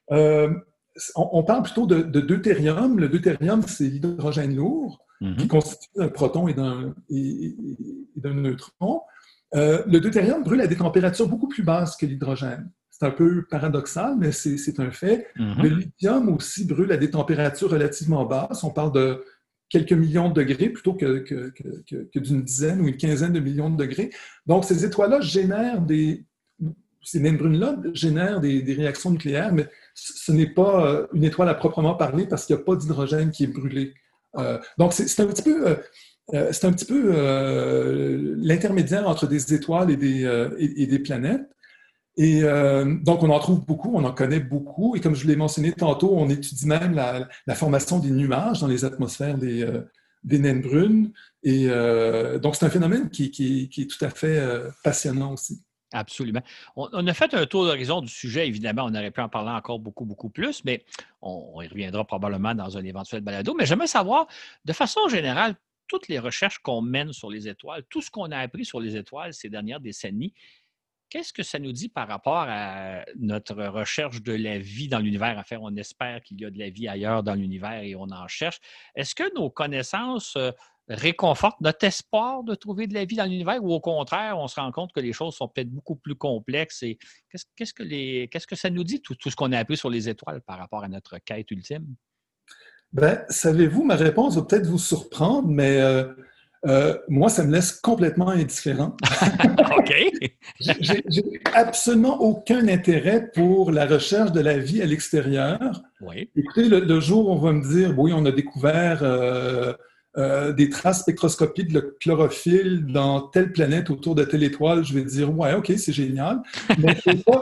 On parle plutôt de deutérium. Le deutérium, c'est l'hydrogène lourd, qui constitue d'un proton et d'un neutron. Le deutérium brûle à des températures beaucoup plus basses que l'hydrogène. C'est un peu paradoxal, mais c'est un fait. Le lithium aussi brûle à des températures relativement basses. On parle de quelques millions de degrés plutôt que d'une dizaine ou une quinzaine de millions de degrés. Donc, ces étoiles-là génèrent ces naines brunes-là génèrent des réactions nucléaires, mais ce n'est pas une étoile à proprement parler parce qu'il n'y a pas d'hydrogène qui est brûlé. Donc, c'est un petit peu l'intermédiaire entre des étoiles et des planètes. Et donc, on en trouve beaucoup, on en connaît beaucoup. Et comme je l'ai mentionné tantôt, on étudie même la formation des nuages dans les atmosphères des naines brunes. Et donc, c'est un phénomène qui est tout à fait passionnant aussi. Absolument. On a fait un tour d'horizon du sujet, évidemment. On aurait pu en parler encore beaucoup, beaucoup plus, mais on y reviendra probablement dans un éventuel balado. Mais j'aimerais savoir, de façon générale, toutes les recherches qu'on mène sur les étoiles, tout ce qu'on a appris sur les étoiles ces dernières décennies, qu'est-ce que ça nous dit par rapport à notre recherche de la vie dans l'univers? Enfin, on espère qu'il y a de la vie ailleurs dans l'univers et on en cherche. Est-ce que nos connaissances réconfortent notre espoir de trouver de la vie dans l'univers ou au contraire, on se rend compte que les choses sont peut-être beaucoup plus complexes? Et qu'est-ce que ça nous dit, tout ce qu'on a appris sur les étoiles par rapport à notre quête ultime? Bien, savez-vous, ma réponse va peut-être vous surprendre, mais moi, ça me laisse complètement indifférent. OK. J'ai absolument aucun intérêt pour la recherche de la vie à l'extérieur. Oui. Écoutez, le jour où on va me dire, oui, on a découvert des traces spectroscopiques de chlorophylle dans telle planète autour de telle étoile, je vais dire, ouais, OK, c'est génial. Mais c'est pas...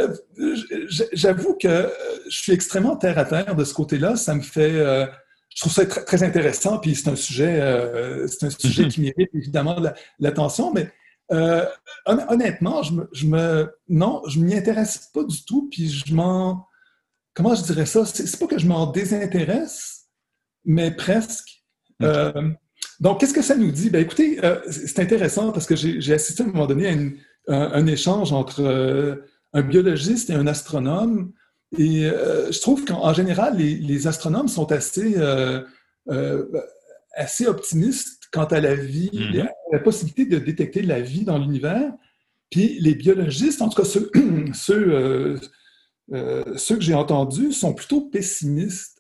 j'avoue que je suis extrêmement terre à terre de ce côté-là. Ça me fait... je trouve ça très, très intéressant, puis c'est un sujet qui mérite évidemment l'attention, mais honnêtement, non, je m'y intéresse pas du tout, puis comment je dirais ça? C'est pas que je m'en désintéresse, mais presque. Donc, qu'est-ce que ça nous dit? Ben, écoutez, c'est intéressant parce que j'ai assisté à un moment donné à un échange entre un biologiste et un astronome. Et je trouve qu'en général, les astronomes sont assez optimistes quant à la vie, à la possibilité de détecter la vie dans l'univers. Puis les biologistes, en tout cas ceux que j'ai entendus, sont plutôt pessimistes.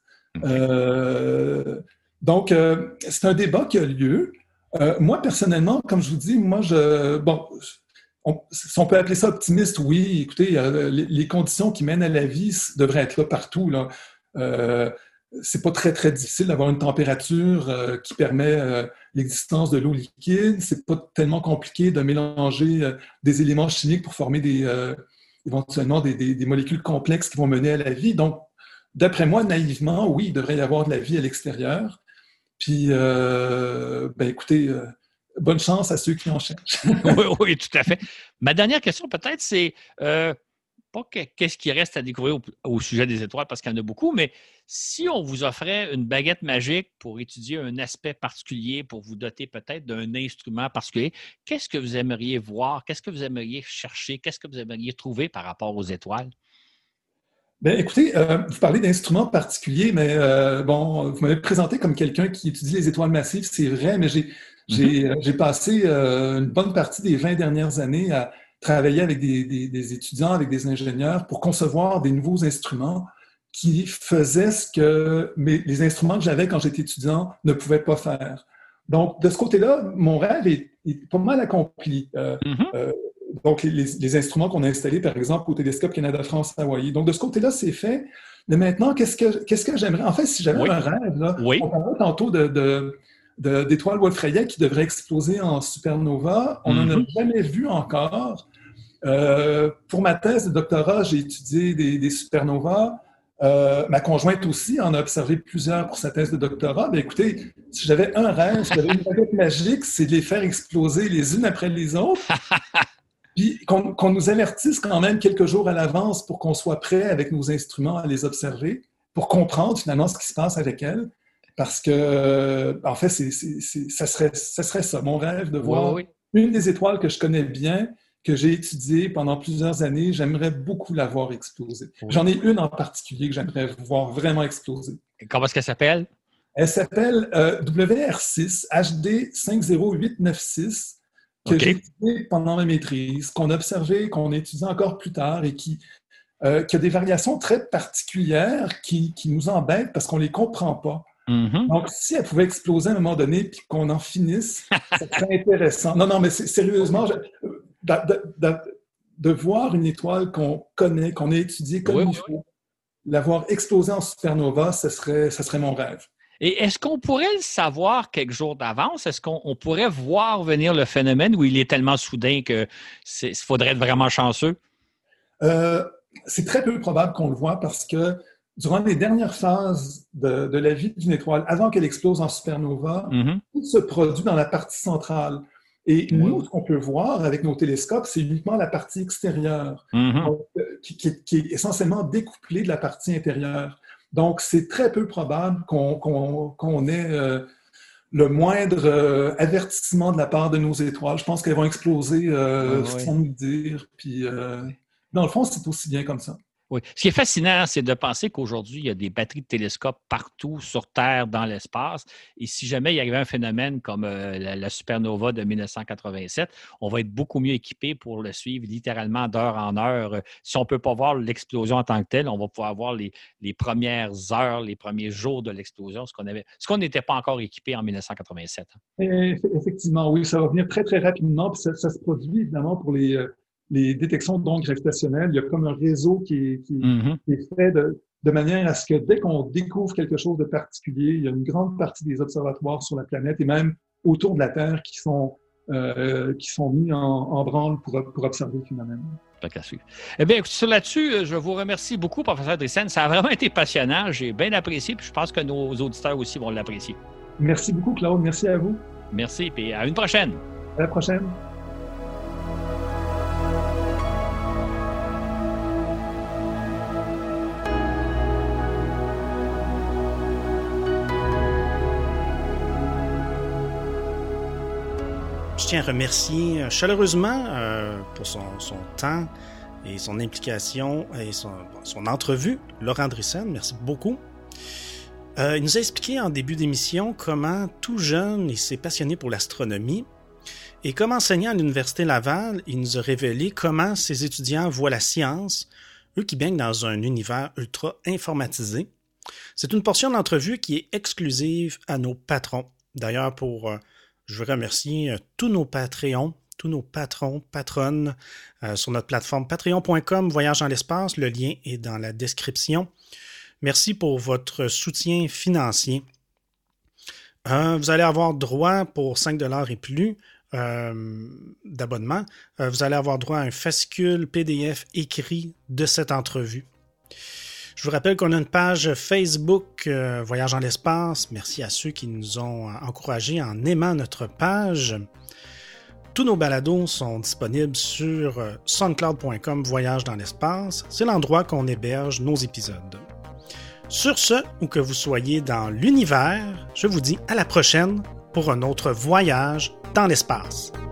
Donc, c'est un débat qui a lieu. Moi, personnellement, comme je vous dis, si on peut appeler ça optimiste, oui. Écoutez, les conditions qui mènent à la vie devraient être là partout, là. C'est pas très, très difficile d'avoir une température qui permet l'existence de l'eau liquide. C'est pas tellement compliqué de mélanger des éléments chimiques pour former éventuellement des molécules complexes qui vont mener à la vie. Donc, d'après moi, naïvement, oui, il devrait y avoir de la vie à l'extérieur. Puis, écoutez, bonne chance à ceux qui en cherchent. Oui, tout à fait. Ma dernière question, peut-être, c'est pas qu'est-ce qui reste à découvrir au sujet des étoiles, parce qu'il y en a beaucoup, mais si on vous offrait une baguette magique pour étudier un aspect particulier, pour vous doter peut-être d'un instrument particulier, qu'est-ce que vous aimeriez voir? Qu'est-ce que vous aimeriez chercher? Qu'est-ce que vous aimeriez trouver par rapport aux étoiles? Bien, écoutez, vous parlez d'instruments particuliers, mais vous m'avez présenté comme quelqu'un qui étudie les étoiles massives, c'est vrai, mais j'ai passé une bonne partie des 20 dernières années à travailler avec des étudiants, avec des ingénieurs pour concevoir des nouveaux instruments qui faisaient ce que les instruments que j'avais quand j'étais étudiant ne pouvaient pas faire. Donc, de ce côté-là, mon rêve est pas mal accompli. Donc, les instruments qu'on a installés, par exemple, au Télescope Canada-France-Hawaii. Donc, de ce côté-là, c'est fait. Mais maintenant, qu'est-ce que j'aimerais? En fait, si j'avais un rêve, là, on parlait tantôt d'étoiles Wolf-Rayet qui devraient exploser en supernova. On n'en a jamais vu encore. Pour ma thèse de doctorat, j'ai étudié des supernovas. Ma conjointe aussi en a observé plusieurs pour sa thèse de doctorat. Mais écoutez, si j'avais un rêve, si j'avais une baguette magique, c'est de les faire exploser les unes après les autres. Puis qu'on nous avertisse quand même quelques jours à l'avance pour qu'on soit prêt avec nos instruments à les observer, pour comprendre finalement ce qui se passe avec elles. Parce que, en fait, ça serait ça, mon rêve, de voir une des étoiles que je connais bien, que j'ai étudiée pendant plusieurs années. J'aimerais beaucoup la voir exploser. J'en ai une en particulier que j'aimerais voir vraiment exploser. Comment est-ce qu'elle s'appelle? Elle s'appelle WR6 HD 50896. Que j'ai étudié pendant ma maîtrise, qu'on a observé, qu'on a étudié encore plus tard et qui a des variations très particulières qui nous embêtent parce qu'on ne les comprend pas. Donc, si elle pouvait exploser à un moment donné et qu'on en finisse, ça serait intéressant. Non, mais sérieusement, de voir une étoile qu'on connaît, qu'on a étudiée comme il faut, la voir exploser en supernova, ça serait mon rêve. Et est-ce qu'on pourrait le savoir quelques jours d'avance? Est-ce qu'on pourrait voir venir le phénomène ou il est tellement soudain qu'il faudrait être vraiment chanceux? C'est très peu probable qu'on le voit parce que durant les dernières phases de la vie d'une étoile, avant qu'elle explose en supernova, tout se produit dans la partie centrale. Et nous, ce qu'on peut voir avec nos télescopes, c'est uniquement la partie extérieure, donc, qui est essentiellement découplée de la partie intérieure. Donc, c'est très peu probable qu'on ait le moindre avertissement de la part de nos étoiles. Je pense qu'elles vont exploser sans nous le dire. Puis, dans le fond, c'est aussi bien comme ça. Oui. Ce qui est fascinant, c'est de penser qu'aujourd'hui, il y a des batteries de télescopes partout sur Terre, dans l'espace. Et si jamais il y avait un phénomène comme la supernova de 1987, on va être beaucoup mieux équipé pour le suivre littéralement d'heure en heure. Si on ne peut pas voir l'explosion en tant que telle, on va pouvoir voir les premières heures, les premiers jours de l'explosion, ce qu'on n'était pas encore équipé en 1987. Effectivement, oui, ça va venir très, très rapidement. Puis ça se produit évidemment pour les détections d'ondes gravitationnelles. Il y a comme un réseau qui est fait de manière à ce que dès qu'on découvre quelque chose de particulier, il y a une grande partie des observatoires sur la planète et même autour de la Terre qui sont mis en branle pour observer le phénomène. Eh bien, écoutez, là-dessus, je vous remercie beaucoup, professeur Drissen. Ça a vraiment été passionnant. J'ai bien apprécié, puis je pense que nos auditeurs aussi vont l'apprécier. Merci beaucoup, Claude. Merci à vous. Merci, puis à une prochaine. À la prochaine. Je tiens à remercier chaleureusement pour son temps et son implication et son entrevue, Laurent Drissen. Merci beaucoup. Il nous a expliqué en début d'émission comment, tout jeune, il s'est passionné pour l'astronomie. Et comme enseignant à l'Université Laval, il nous a révélé comment ses étudiants voient la science, eux qui baignent dans un univers ultra informatisé. C'est une portion d'entrevue qui est exclusive à nos patrons. D'ailleurs, je veux remercier tous nos Patreons tous nos patrons, patronnes sur notre plateforme patreon.com, Voyage dans l'espace. Le lien est dans la description. Merci pour votre soutien financier. Vous allez avoir droit pour 5$ et plus d'abonnement. Vous allez avoir droit à un fascicule PDF écrit de cette entrevue. Je vous rappelle qu'on a une page Facebook Voyage dans l'espace. Merci à ceux qui nous ont encouragés en aimant notre page. Tous nos balados sont disponibles sur soundcloud.com Voyage dans l'espace. C'est l'endroit qu'on héberge nos épisodes. Sur ce, où que vous soyez dans l'univers, je vous dis à la prochaine pour un autre voyage dans l'espace.